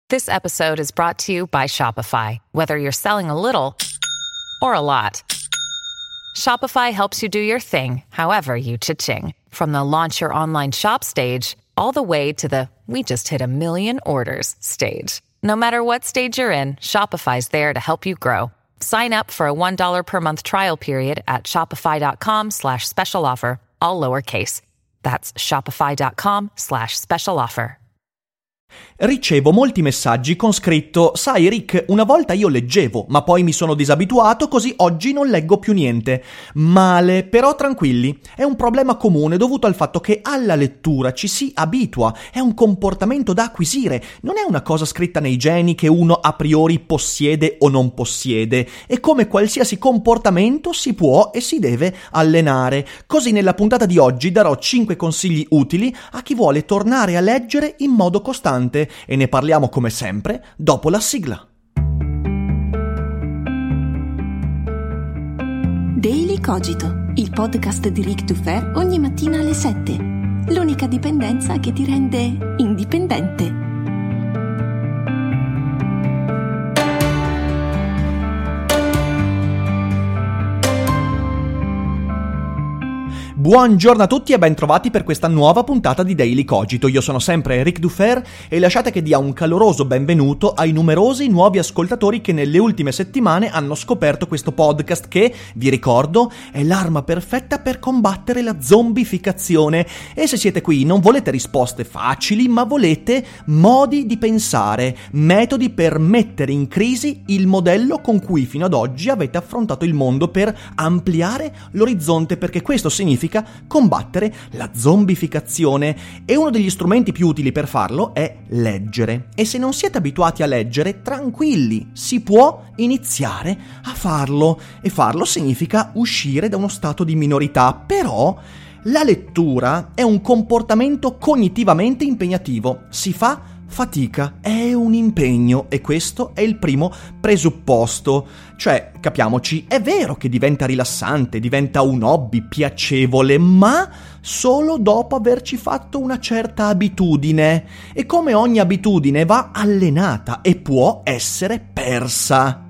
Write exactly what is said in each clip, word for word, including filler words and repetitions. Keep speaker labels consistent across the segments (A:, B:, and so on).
A: This episode is brought to you by Shopify. Whether you're selling a little or a lot, Shopify helps you do your thing, however you cha-ching. From the launch your online shop stage, all the way to the we just hit a million orders stage. No matter what stage you're in, Shopify's there to help you grow. Sign up for a one dollar per month trial period at shopify.com slash special offer, all lowercase. That's shopify.com slash special offer.
B: Ricevo molti messaggi con scritto: sai Rick, una volta io leggevo, ma poi mi sono disabituato, così oggi non leggo più niente. Male, però tranquilli, è un problema comune dovuto al fatto che alla lettura ci si abitua, è un comportamento da acquisire, non è una cosa scritta nei geni che uno a priori possiede o non possiede, e come qualsiasi comportamento si può e si deve allenare. Così nella puntata di oggi darò cinque consigli utili a chi vuole tornare a leggere in modo costante. E ne parliamo come sempre dopo la sigla.
C: Daily Cogito, il podcast di Rick Dufer ogni mattina alle sette. L'unica dipendenza che ti rende indipendente.
B: Buongiorno a tutti e ben trovati per questa nuova puntata di Daily Cogito. Io sono sempre Rick Dufer e lasciate che dia un caloroso benvenuto ai numerosi nuovi ascoltatori che nelle ultime settimane hanno scoperto questo podcast che, vi ricordo, è l'arma perfetta per combattere la zombificazione. E se siete qui non volete risposte facili, ma volete modi di pensare, metodi per mettere in crisi il modello con cui fino ad oggi avete affrontato il mondo, per ampliare l'orizzonte, perché questo significa combattere la zombificazione, e uno degli strumenti più utili per farlo è leggere. E se non siete abituati a leggere, tranquilli, si può iniziare a farlo, e farlo significa uscire da uno stato di minorità. Però la lettura è un comportamento cognitivamente impegnativo, si fa fatica, è un impegno, e questo è il primo presupposto. Cioè, capiamoci, è vero che diventa rilassante, diventa un hobby piacevole, ma solo dopo averci fatto una certa abitudine. E come ogni abitudine va allenata e può essere persa.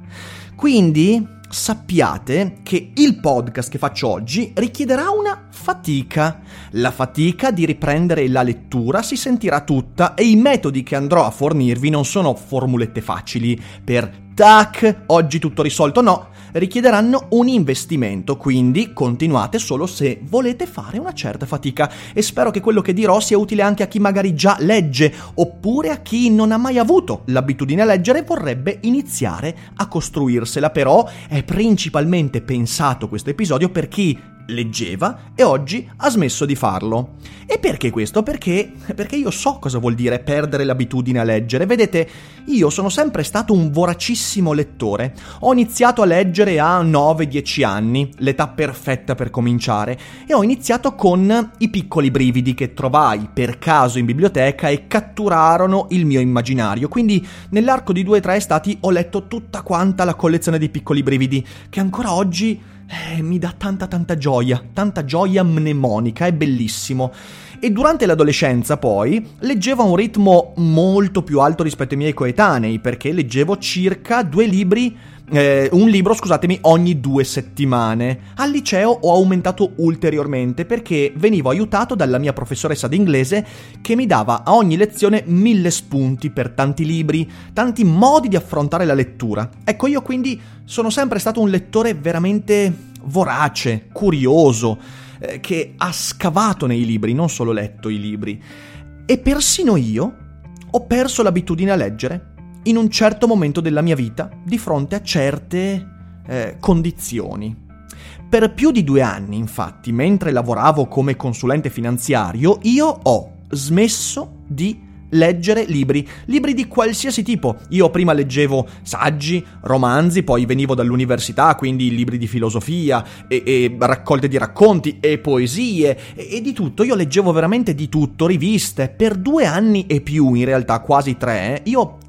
B: Quindi sappiate che il podcast che faccio oggi richiederà una fatica. La fatica di riprendere la lettura si sentirà tutta, e i metodi che andrò a fornirvi non sono formulette facili per tac, oggi tutto risolto, no, richiederanno un investimento, quindi continuate solo se volete fare una certa fatica, e spero che quello che dirò sia utile anche a chi magari già legge, oppure a chi non ha mai avuto l'abitudine a leggere e vorrebbe iniziare a costruirsela. Però è principalmente pensato questo episodio per chi leggeva e oggi ha smesso di farlo. E perché questo? Perché perché io so cosa vuol dire perdere l'abitudine a leggere. Vedete, io sono sempre stato un voracissimo lettore. Ho iniziato a leggere a nove dieci anni, l'età perfetta per cominciare, e ho iniziato con I piccoli brividi, che trovai per caso in biblioteca e catturarono il mio immaginario. Quindi nell'arco di due o tre estati ho letto tutta quanta la collezione di Piccoli brividi, che ancora oggi Eh, mi dà tanta tanta gioia, tanta gioia mnemonica, è bellissimo. E durante l'adolescenza poi leggevo a un ritmo molto più alto rispetto ai miei coetanei, perché leggevo circa due libri, eh, un libro, scusatemi, ogni due settimane. Al liceo ho aumentato ulteriormente, perché venivo aiutato dalla mia professoressa d'inglese, che mi dava a ogni lezione mille spunti per tanti libri, tanti modi di affrontare la lettura. Ecco, io quindi sono sempre stato un lettore veramente vorace, curioso, eh, che ha scavato nei libri, non solo letto i libri. E persino io ho perso l'abitudine a leggere in un certo momento della mia vita, di fronte a certe eh, condizioni. Per più di due anni, infatti, mentre lavoravo come consulente finanziario, io ho smesso di leggere libri, libri di qualsiasi tipo. Io prima leggevo saggi, romanzi, poi venivo dall'università, quindi libri di filosofia e, e raccolte di racconti e poesie e, e di tutto. Io leggevo veramente di tutto, riviste. Per due anni e più, in realtà quasi tre, io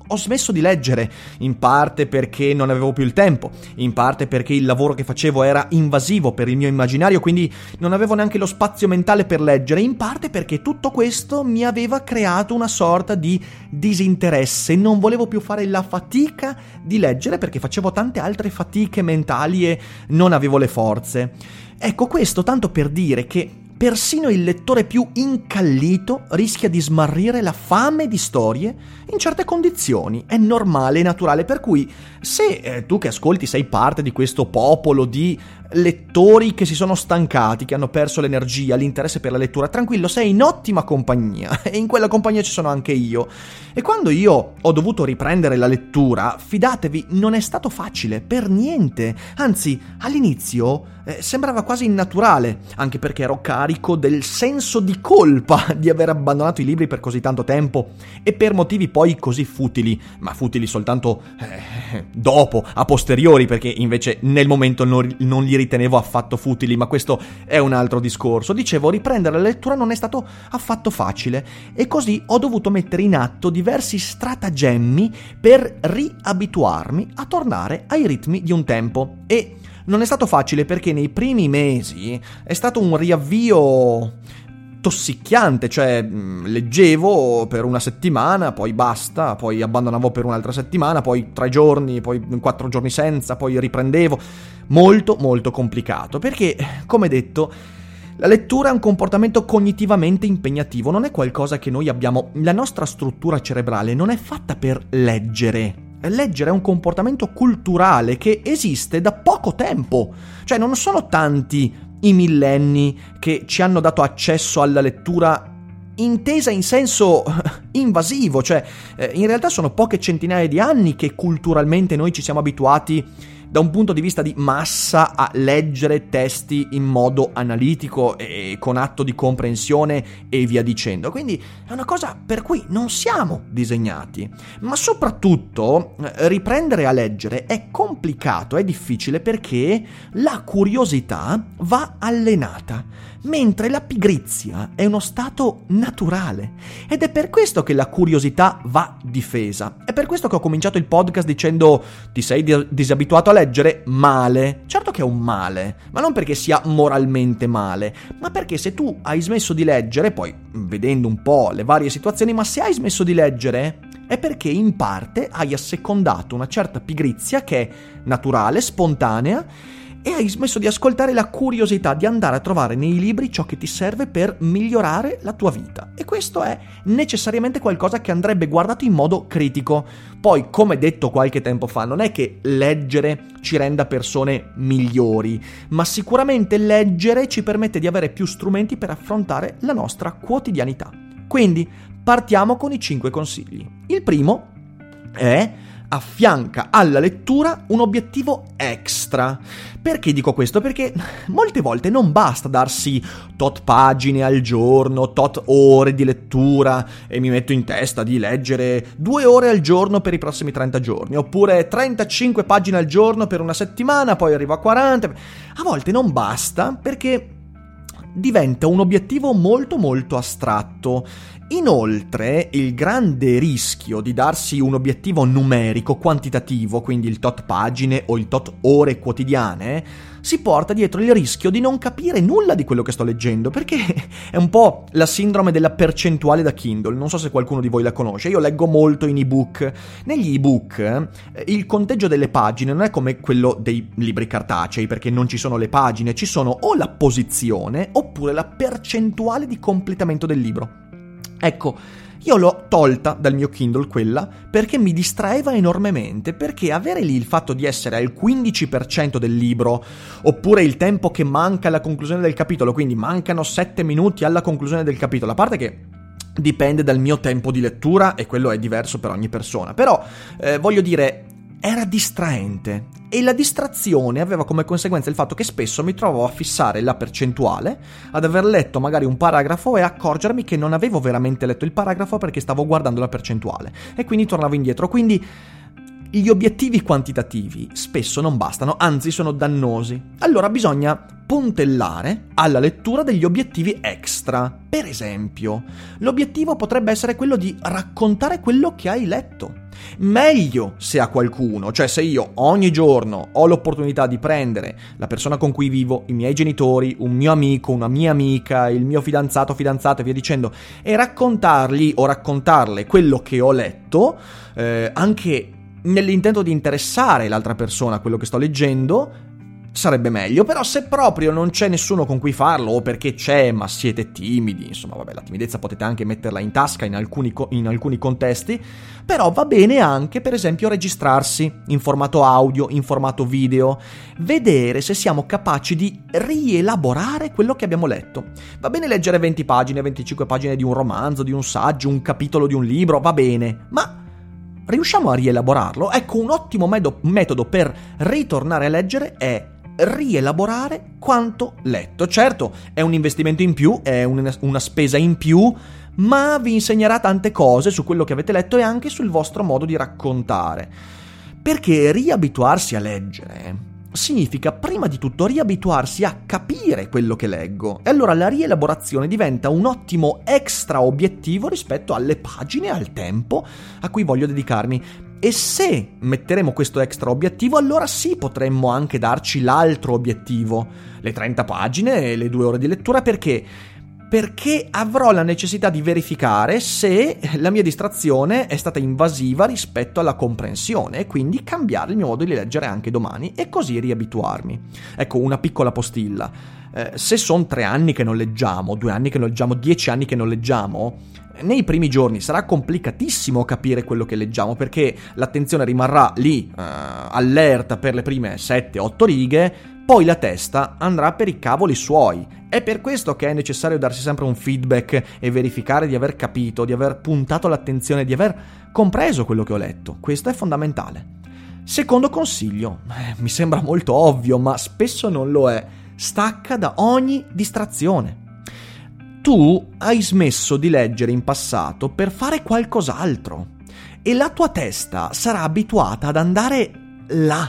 B: ho smesso di leggere, in parte perché non avevo più il tempo, in parte perché il lavoro che facevo era invasivo per il mio immaginario, quindi non avevo neanche lo spazio mentale per leggere, in parte perché tutto questo mi aveva creato una sorta di disinteresse, non volevo più fare la fatica di leggere perché facevo tante altre fatiche mentali e non avevo le forze. Ecco, questo tanto per dire che persino il lettore più incallito rischia di smarrire la fame di storie in certe condizioni. È normale e naturale, per cui se eh, tu che ascolti sei parte di questo popolo di lettori che si sono stancati, che hanno perso l'energia, l'interesse per la lettura, tranquillo, sei in ottima compagnia e in quella compagnia ci sono anche io. E quando io ho dovuto riprendere la lettura, fidatevi, non è stato facile, per niente. Anzi, all'inizio eh, sembrava quasi innaturale, anche perché ero carico del senso di colpa di aver abbandonato i libri per così tanto tempo e per motivi poi così futili, ma futili soltanto eh, dopo, a posteriori, perché invece nel momento non, non li ritenevo affatto futili, ma questo è un altro discorso. Dicevo, riprendere la lettura non è stato affatto facile e così ho dovuto mettere in atto diversi stratagemmi per riabituarmi a tornare ai ritmi di un tempo. E non è stato facile perché nei primi mesi è stato un riavvio tossicchiante, cioè mh, leggevo per una settimana, poi basta, poi abbandonavo per un'altra settimana, poi tre giorni, poi quattro giorni senza, poi riprendevo. Molto molto complicato perché, come detto, la lettura è un comportamento cognitivamente impegnativo, non è qualcosa che noi abbiamo. La nostra struttura cerebrale non è fatta per leggere. Leggere è un comportamento culturale che esiste da poco tempo, cioè non sono tanti i millenni che ci hanno dato accesso alla lettura intesa in senso invasivo, cioè eh, in realtà sono poche centinaia di anni che culturalmente noi ci siamo abituati da un punto di vista di massa a leggere testi in modo analitico e con atto di comprensione e via dicendo. Quindi è una cosa per cui non siamo disegnati. Ma soprattutto riprendere a leggere è complicato, è difficile perché la curiosità va allenata, mentre la pigrizia è uno stato naturale. Ed è per questo che la curiosità va difesa. È per questo che ho cominciato il podcast dicendo: ti sei disabituato a leggere? Male. Certo che è un male, ma non perché sia moralmente male, ma perché se tu hai smesso di leggere, poi vedendo un po' le varie situazioni, ma se hai smesso di leggere è perché in parte hai assecondato una certa pigrizia che è naturale, spontanea, e hai smesso di ascoltare la curiosità di andare a trovare nei libri ciò che ti serve per migliorare la tua vita. E questo è necessariamente qualcosa che andrebbe guardato in modo critico. Poi, come detto qualche tempo fa, non è che leggere ci renda persone migliori, ma sicuramente leggere ci permette di avere più strumenti per affrontare la nostra quotidianità. Quindi, partiamo con i cinque consigli. Il primo è: affianca alla lettura un obiettivo extra. Perché dico questo? Perché molte volte non basta darsi tot pagine al giorno, tot ore di lettura e mi metto in testa di leggere due ore al giorno per i prossimi trenta giorni, oppure trentacinque pagine al giorno per una settimana, poi arrivo a quaranta. A volte non basta perché diventa un obiettivo molto molto astratto. Inoltre, il grande rischio di darsi un obiettivo numerico, quantitativo, quindi il tot pagine o il tot ore quotidiane, si porta dietro il rischio di non capire nulla di quello che sto leggendo, perché è un po' la sindrome della percentuale da Kindle. Non so se qualcuno di voi la conosce. Io leggo molto in ebook. Negli ebook eh, il conteggio delle pagine non è come quello dei libri cartacei, perché non ci sono le pagine, ci sono o la posizione oppure la percentuale di completamento del libro. Ecco, io l'ho tolta dal mio Kindle quella perché mi distraeva enormemente, perché avere lì il fatto di essere al quindici per cento del libro, oppure il tempo che manca alla conclusione del capitolo, quindi mancano sette minuti alla conclusione del capitolo, a parte che dipende dal mio tempo di lettura e quello è diverso per ogni persona, però eh, voglio dire, era distraente. E la distrazione aveva come conseguenza il fatto che spesso mi trovavo a fissare la percentuale, ad aver letto magari un paragrafo e accorgermi che non avevo veramente letto il paragrafo perché stavo guardando la percentuale, e quindi tornavo indietro. Quindi gli obiettivi quantitativi spesso non bastano, anzi sono dannosi. Allora bisogna puntellare alla lettura degli obiettivi extra. Per esempio, l'obiettivo potrebbe essere quello di raccontare quello che hai letto. Meglio se a qualcuno, cioè se io ogni giorno ho l'opportunità di prendere la persona con cui vivo, i miei genitori, un mio amico, una mia amica, il mio fidanzato, fidanzata e via dicendo, e raccontargli o raccontarle quello che ho letto, eh, anche nell'intento di interessare l'altra persona a quello che sto leggendo, sarebbe meglio. Però se proprio non c'è nessuno con cui farlo, o perché c'è ma siete timidi, insomma vabbè, la timidezza potete anche metterla in tasca in alcuni, co- in alcuni contesti, però va bene anche per esempio registrarsi in formato audio, in formato video, vedere se siamo capaci di rielaborare quello che abbiamo letto. Va bene leggere venti pagine, venticinque pagine di un romanzo, di un saggio, un capitolo di un libro, va bene, ma riusciamo a rielaborarlo? Ecco, un ottimo medo- metodo per ritornare a leggere è rielaborare quanto letto. Certo, è un investimento in più, è un, una spesa in più, ma vi insegnerà tante cose su quello che avete letto e anche sul vostro modo di raccontare. Perché riabituarsi a leggere significa prima di tutto riabituarsi a capire quello che leggo, e allora la rielaborazione diventa un ottimo extra obiettivo rispetto alle pagine e al tempo a cui voglio dedicarmi. E se metteremo questo extra obiettivo, allora sì, potremmo anche darci l'altro obiettivo, le trenta pagine e le due ore di lettura. Perché? Perché avrò la necessità di verificare se la mia distrazione è stata invasiva rispetto alla comprensione e quindi cambiare il mio modo di leggere anche domani e così riabituarmi. Ecco, una piccola postilla. Eh, se sono tre anni che non leggiamo, due anni che non leggiamo, dieci anni che non leggiamo, nei primi giorni sarà complicatissimo capire quello che leggiamo, perché l'attenzione rimarrà lì, eh, allerta per le prime sette otto righe, poi la testa andrà per i cavoli suoi. È per questo che è necessario darsi sempre un feedback e verificare di aver capito, di aver puntato l'attenzione, di aver compreso quello che ho letto. Questo è fondamentale. Secondo consiglio, eh, mi sembra molto ovvio, ma spesso non lo è: stacca da ogni distrazione. Tu hai smesso di leggere in passato per fare qualcos'altro e la tua testa sarà abituata ad andare là.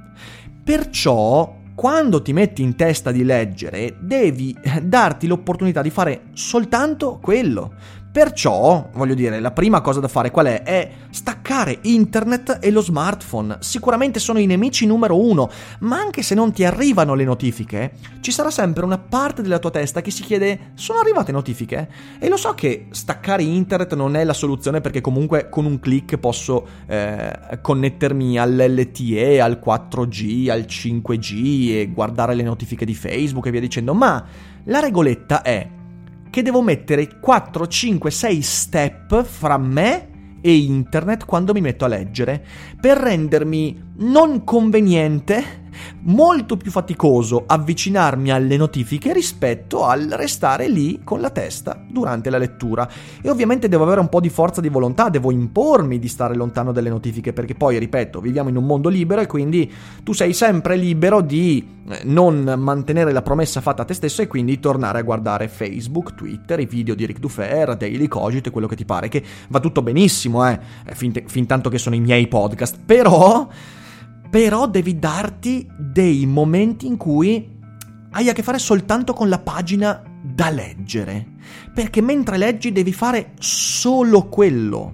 B: Perciò, quando ti metti in testa di leggere, devi darti l'opportunità di fare soltanto quello. Perciò, voglio dire, la prima cosa da fare qual è? È staccare internet e lo smartphone. Sicuramente sono i nemici numero uno, ma anche se non ti arrivano le notifiche, ci sarà sempre una parte della tua testa che si chiede: sono arrivate notifiche? E lo so che staccare internet non è la soluzione, perché comunque con un click posso eh, connettermi all'L T E, al quattro G, al cinque G e guardare le notifiche di Facebook e via dicendo, ma la regoletta è che devo mettere quattro, cinque, sei step fra me e internet quando mi metto a leggere, per rendermi non conveniente, molto più faticoso avvicinarmi alle notifiche rispetto al restare lì con la testa durante la lettura. E ovviamente devo avere un po' di forza di volontà, devo impormi di stare lontano dalle notifiche, perché poi, ripeto, viviamo in un mondo libero e quindi tu sei sempre libero di non mantenere la promessa fatta a te stesso e quindi tornare a guardare Facebook, Twitter, i video di Ric Dufer, Daily Cogito e quello che ti pare, che va tutto benissimo, eh, fin, te- fin tanto che sono i miei podcast, però... Però devi darti dei momenti in cui hai a che fare soltanto con la pagina da leggere, perché mentre leggi devi fare solo quello.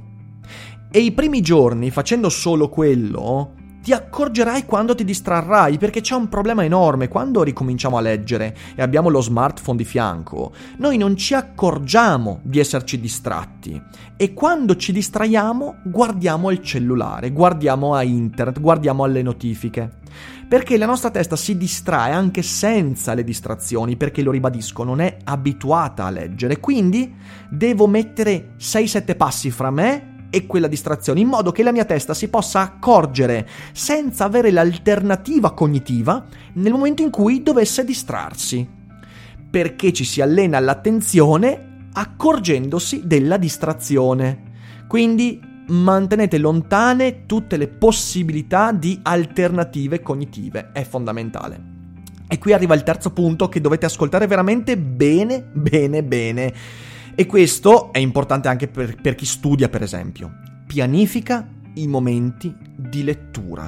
B: E i primi giorni, facendo solo quello, ti accorgerai quando ti distrarrai, perché c'è un problema enorme. Quando ricominciamo a leggere e abbiamo lo smartphone di fianco, noi non ci accorgiamo di esserci distratti, e quando ci distraiamo guardiamo il cellulare, guardiamo a internet, guardiamo alle notifiche, perché la nostra testa si distrae anche senza le distrazioni, perché, lo ribadisco, non è abituata a leggere. Quindi devo mettere sei sette passi fra me e quella distrazione, in modo che la mia testa si possa accorgere senza avere l'alternativa cognitiva nel momento in cui dovesse distrarsi, perché ci si allena l'attenzione accorgendosi della distrazione. Quindi mantenete lontane tutte le possibilità di alternative cognitive, è fondamentale. E qui arriva il terzo punto che dovete ascoltare veramente bene, bene, bene. E questo è importante anche per, per chi studia, per esempio. Pianifica i momenti di lettura.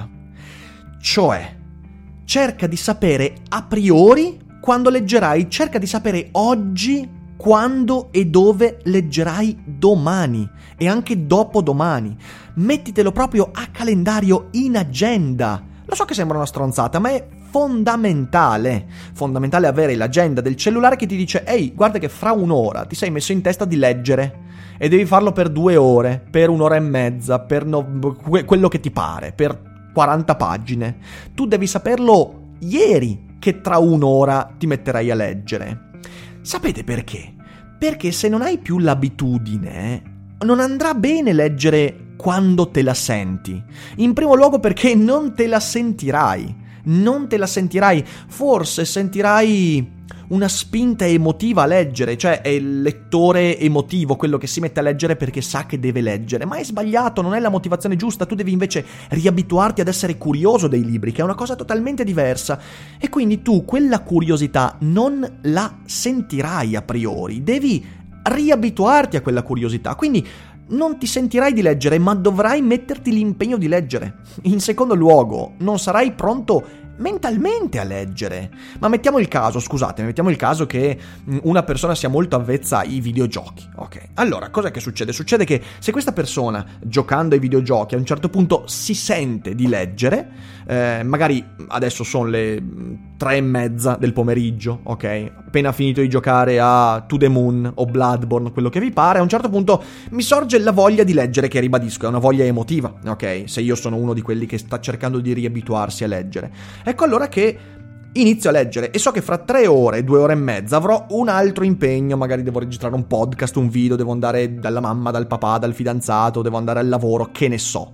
B: Cioè, cerca di sapere a priori quando leggerai, cerca di sapere oggi quando e dove leggerai domani e anche dopodomani. Mettitelo proprio a calendario, in agenda. Lo so che sembra una stronzata, ma è fondamentale. Fondamentale avere l'agenda del cellulare che ti dice: ehi, guarda che fra un'ora ti sei messo in testa di leggere e devi farlo per due ore, per un'ora e mezza, per no, quello che ti pare, per quaranta pagine. Tu devi saperlo ieri che tra un'ora ti metterai a leggere. Sapete perché? Perché se non hai più l'abitudine, non andrà bene leggere quando te la senti. In primo luogo perché non te la sentirai. Non te la sentirai. Forse sentirai una spinta emotiva a leggere, cioè è il lettore emotivo, quello che si mette a leggere perché sa che deve leggere, ma è sbagliato, non è la motivazione giusta. Tu devi invece riabituarti ad essere curioso dei libri, che è una cosa totalmente diversa, e quindi tu quella curiosità non la sentirai a priori, devi riabituarti a quella curiosità, quindi non ti sentirai di leggere, ma dovrai metterti l'impegno di leggere. In secondo luogo, non sarai pronto mentalmente a leggere. Ma mettiamo il caso, scusate, mettiamo il caso che una persona sia molto avvezza ai videogiochi. Ok, allora, cos'è che succede? Succede che se questa persona, giocando ai videogiochi, a un certo punto si sente di leggere, eh, magari adesso sono le tre e mezza del pomeriggio, ok? Appena finito di giocare a To The Moon o Bloodborne, quello che vi pare, a un certo punto mi sorge la voglia di leggere, che ribadisco, è una voglia emotiva, ok? Se io sono uno di quelli che sta cercando di riabituarsi a leggere. Ecco allora che inizio a leggere e so che fra tre ore, due ore e mezza avrò un altro impegno, magari devo registrare un podcast, un video, devo andare dalla mamma, dal papà, dal fidanzato, devo andare al lavoro, che ne so.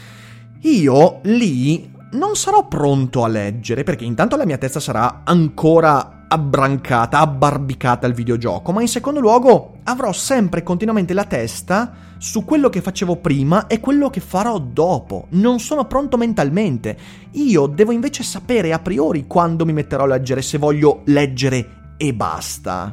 B: Io lì non sarò pronto a leggere perché intanto la mia testa sarà ancora abbrancata, abbarbicata al videogioco, ma in secondo luogo avrò sempre continuamente la testa su quello che facevo prima e quello che farò dopo. Non sono pronto mentalmente. Io devo invece sapere a priori quando mi metterò a leggere, se voglio leggere e basta.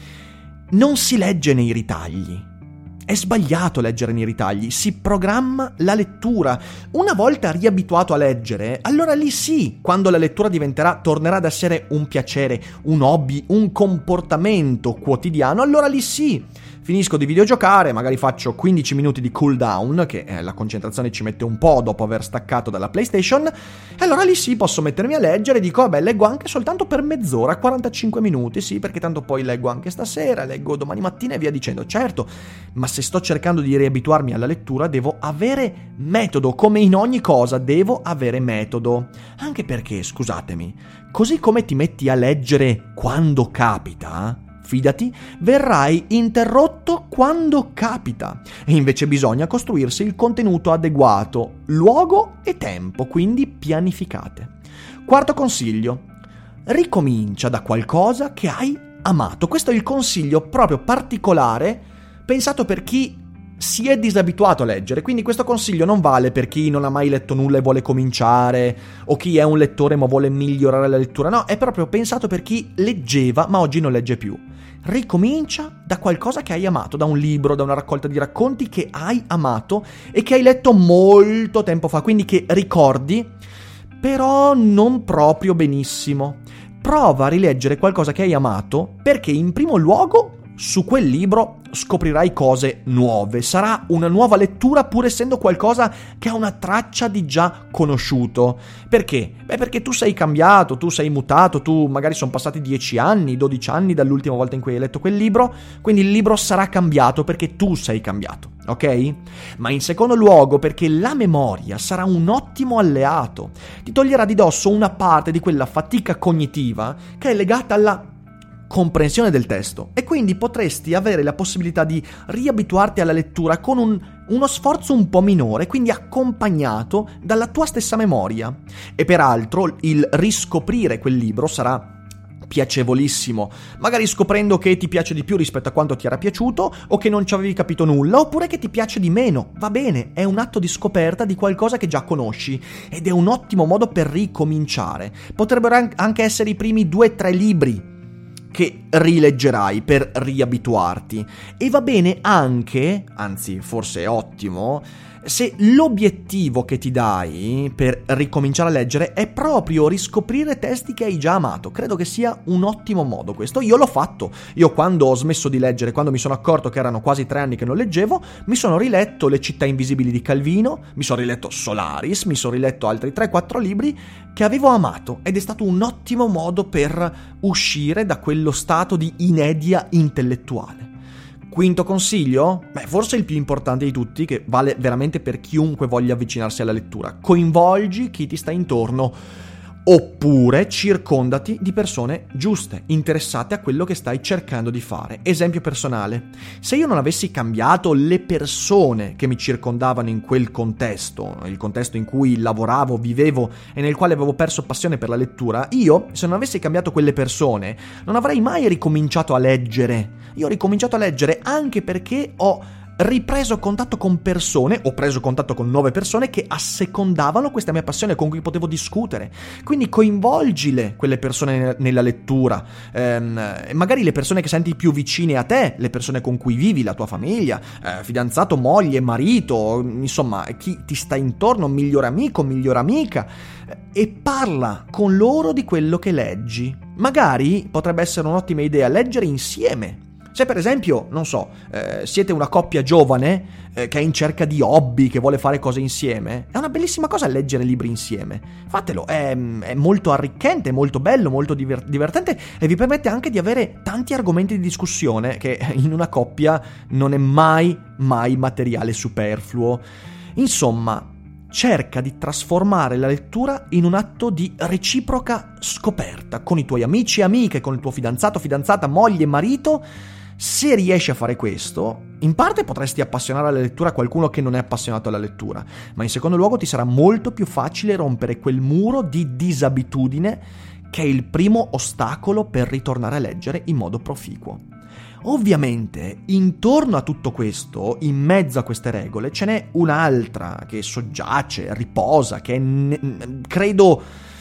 B: Non si legge nei ritagli. È sbagliato leggere nei ritagli, si programma la lettura. Una volta riabituato a leggere, allora lì sì, quando la lettura diventerà, tornerà ad essere un piacere, un hobby, un comportamento quotidiano, allora lì sì. Finisco di videogiocare, magari faccio quindici minuti di cooldown, che eh, la concentrazione ci mette un po' dopo aver staccato dalla PlayStation, e allora lì sì posso mettermi a leggere e dico, vabbè, leggo anche soltanto per mezz'ora, quarantacinque minuti, sì, perché tanto poi leggo anche stasera, leggo domani mattina e via dicendo. Certo, ma se sto cercando di riabituarmi alla lettura devo avere metodo, come in ogni cosa devo avere metodo. Anche perché, scusatemi, così come ti metti a leggere quando capita, fidati, verrai interrotto quando capita. E invece bisogna costruirsi il contenuto adeguato, luogo e tempo, quindi pianificate. Quarto consiglio: ricomincia da qualcosa che hai amato. Questo è il consiglio proprio particolare, pensato per chi si è disabituato a leggere, quindi questo consiglio non vale per chi non ha mai letto nulla e vuole cominciare, o chi è un lettore ma vuole migliorare la lettura. No, è proprio pensato per chi leggeva ma oggi non legge più. Ricomincia da qualcosa che hai amato, da un libro, da una raccolta di racconti che hai amato e che hai letto molto tempo fa, quindi che ricordi, però non proprio benissimo. Prova a rileggere qualcosa che hai amato, perché in primo luogo su quel libro scoprirai cose nuove. Sarà una nuova lettura pur essendo qualcosa che ha una traccia di già conosciuto. Perché? Beh, perché tu sei cambiato, tu sei mutato, tu magari sono passati dieci anni, dodici anni dall'ultima volta in cui hai letto quel libro, quindi il libro sarà cambiato perché tu sei cambiato, ok? Ma in secondo luogo perché la memoria sarà un ottimo alleato. Ti toglierà di dosso una parte di quella fatica cognitiva che è legata alla comprensione del testo, e quindi potresti avere la possibilità di riabituarti alla lettura con un, uno sforzo un po' minore, quindi accompagnato dalla tua stessa memoria. E peraltro il riscoprire quel libro sarà piacevolissimo, magari scoprendo che ti piace di più rispetto a quanto ti era piaciuto, o che non ci avevi capito nulla, oppure che ti piace di meno. Va bene, è un atto di scoperta di qualcosa che già conosci ed è un ottimo modo per ricominciare. Potrebbero anche essere i primi due o tre libri che rileggerai per riabituarti, e va bene anche, anzi forse è ottimo, Se l'obiettivo che ti dai per ricominciare a leggere è proprio riscoprire testi che hai già amato, credo che sia un ottimo modo questo. Io l'ho fatto. Io quando ho smesso di leggere, quando mi sono accorto che erano quasi tre anni che non leggevo, mi sono riletto Le città invisibili di Calvino, mi sono riletto Solaris, mi sono riletto altri tre quattro libri che avevo amato ed è stato un ottimo modo per uscire da quello stato di inedia intellettuale. Quinto consiglio? Beh, forse il più importante di tutti, che vale veramente per chiunque voglia avvicinarsi alla lettura. Coinvolgi chi ti sta intorno, oppure circondati di persone giuste, interessate a quello che stai cercando di fare. Esempio personale: se io non avessi cambiato le persone che mi circondavano in quel contesto, il contesto in cui lavoravo, vivevo e nel quale avevo perso passione per la lettura, io, se non avessi cambiato quelle persone, non avrei mai ricominciato a leggere. Io ho ricominciato a leggere anche perché ho ripreso contatto con persone, ho preso contatto con nuove persone che assecondavano questa mia passione, con cui potevo discutere. Quindi coinvolgile quelle persone nella lettura, ehm, magari le persone che senti più vicine a te, le persone con cui vivi, la tua famiglia, eh, fidanzato, moglie, marito, insomma chi ti sta intorno, migliore amico, migliore amica, eh, e parla con loro di quello che leggi. Magari potrebbe essere un'ottima idea leggere insieme. Se per esempio, non so, eh, siete una coppia giovane eh, che è in cerca di hobby, che vuole fare cose insieme, è una bellissima cosa leggere libri insieme. Fatelo, è, è molto arricchente, molto bello, molto diver- divertente e vi permette anche di avere tanti argomenti di discussione che in una coppia non è mai, mai materiale superfluo. Insomma, cerca di trasformare la lettura in un atto di reciproca scoperta con i tuoi amici e amiche, con il tuo fidanzato, fidanzata, moglie, marito. Se riesci a fare questo, in parte potresti appassionare alla lettura qualcuno che non è appassionato alla lettura, ma in secondo luogo ti sarà molto più facile rompere quel muro di disabitudine che è il primo ostacolo per ritornare a leggere in modo proficuo. Ovviamente, intorno a tutto questo, in mezzo a queste regole, ce n'è un'altra che soggiace, riposa, che è, ne- credo,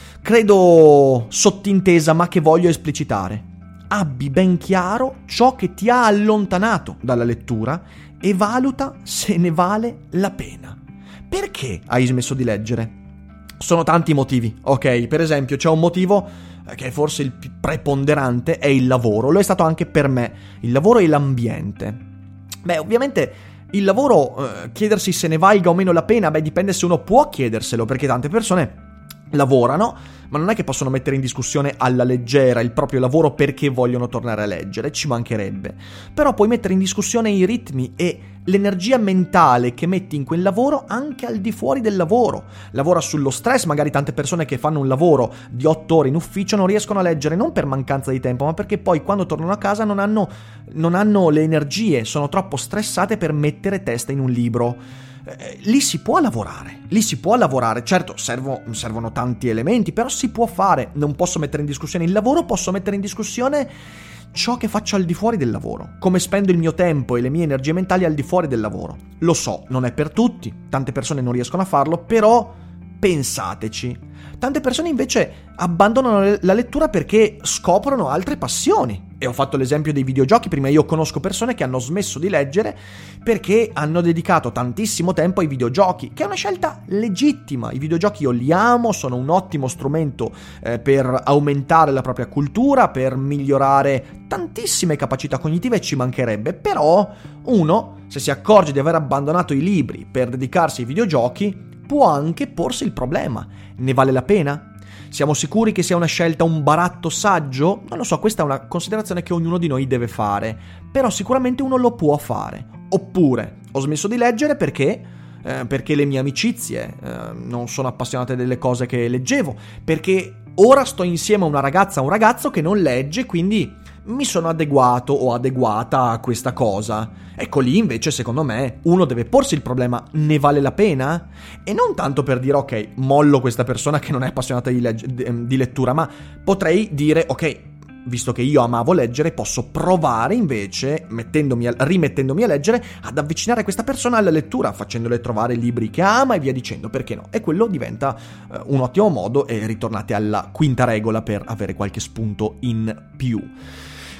B: credo sottintesa, ma che voglio esplicitare. Abbi ben chiaro ciò che ti ha allontanato dalla lettura e valuta se ne vale la pena. Perché hai smesso di leggere? Sono tanti motivi, ok? Per esempio, c'è un motivo che è forse il più preponderante, è il lavoro. Lo è stato anche per me, il lavoro e l'ambiente. Beh, ovviamente il lavoro, eh, chiedersi se ne valga o meno la pena, beh, dipende se uno può chiederselo, perché tante persone lavorano, ma non è che possono mettere in discussione alla leggera il proprio lavoro perché vogliono tornare a leggere, ci mancherebbe. Però puoi mettere in discussione i ritmi e l'energia mentale che metti in quel lavoro anche al di fuori del lavoro. Lavora sullo stress, magari tante persone che fanno un lavoro di otto ore in ufficio non riescono a leggere non per mancanza di tempo, ma perché poi quando tornano a casa non hanno, non hanno le energie, sono troppo stressate per mettere testa in un libro. Eh, lì si può lavorare, lì si può lavorare, certo servo, servono tanti elementi, però si può fare. Non posso mettere in discussione il lavoro, posso mettere in discussione ciò che faccio al di fuori del lavoro, come spendo il mio tempo e le mie energie mentali al di fuori del lavoro. Lo so, non è per tutti, tante persone non riescono a farlo, però pensateci. Tante persone invece abbandonano la lettura perché scoprono altre passioni. E ho fatto l'esempio dei videogiochi prima. Io conosco persone che hanno smesso di leggere perché hanno dedicato tantissimo tempo ai videogiochi, che è una scelta legittima. I videogiochi io li amo, sono un ottimo strumento eh, per aumentare la propria cultura, per migliorare tantissime capacità cognitive, ci mancherebbe. Però uno, se si accorge di aver abbandonato i libri per dedicarsi ai videogiochi, può anche porsi il problema: ne vale la pena? Siamo sicuri che sia una scelta, un baratto saggio? Non lo so, questa è una considerazione che ognuno di noi deve fare, però sicuramente uno lo può fare. Oppure, ho smesso di leggere perché? Eh, perché le mie amicizie eh, non sono appassionate delle cose che leggevo, perché ora sto insieme a una ragazza o un ragazzo che non legge, quindi mi sono adeguato o adeguata a questa cosa. Ecco, lì invece secondo me uno deve porsi il problema: ne vale la pena? E non tanto per dire ok, mollo questa persona che non è appassionata di, legge, di lettura, ma potrei dire ok, visto che io amavo leggere, posso provare invece, mettendomi a, rimettendomi a leggere, ad avvicinare questa persona alla lettura, facendole trovare libri che ama e via dicendo, perché no? E quello diventa uh, un ottimo modo, e ritornate alla quinta regola per avere qualche spunto in più.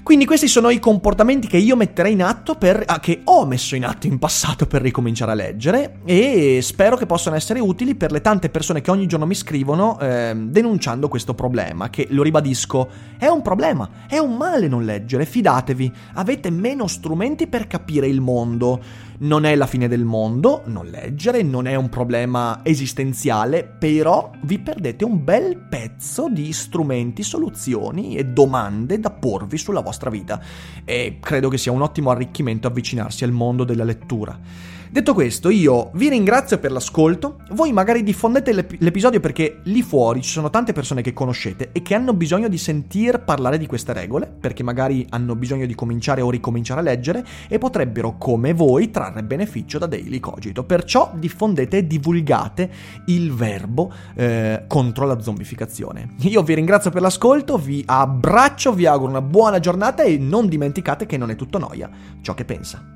B: Quindi questi sono i comportamenti che io metterei in atto per, ah, che ho messo in atto in passato per ricominciare a leggere, e spero che possano essere utili per le tante persone che ogni giorno mi scrivono eh, denunciando questo problema, che, lo ribadisco, è un problema, è un male non leggere, fidatevi, avete meno strumenti per capire il mondo. Non è la fine del mondo non leggere, non è un problema esistenziale, però vi perdete un bel pezzo di strumenti, soluzioni e domande da porvi sulla vostra vita, e credo che sia un ottimo arricchimento avvicinarsi al mondo della lettura. Detto questo, io vi ringrazio per l'ascolto. Voi magari diffondete l'ep- l'episodio perché lì fuori ci sono tante persone che conoscete e che hanno bisogno di sentir parlare di queste regole, perché magari hanno bisogno di cominciare o ricominciare a leggere e potrebbero, come voi, trarre beneficio da Daily Cogito. Perciò diffondete e divulgate il verbo eh, contro la zombificazione. Io vi ringrazio per l'ascolto, vi abbraccio, vi auguro una buona giornata e non dimenticate che non è tutto noia ciò che pensa.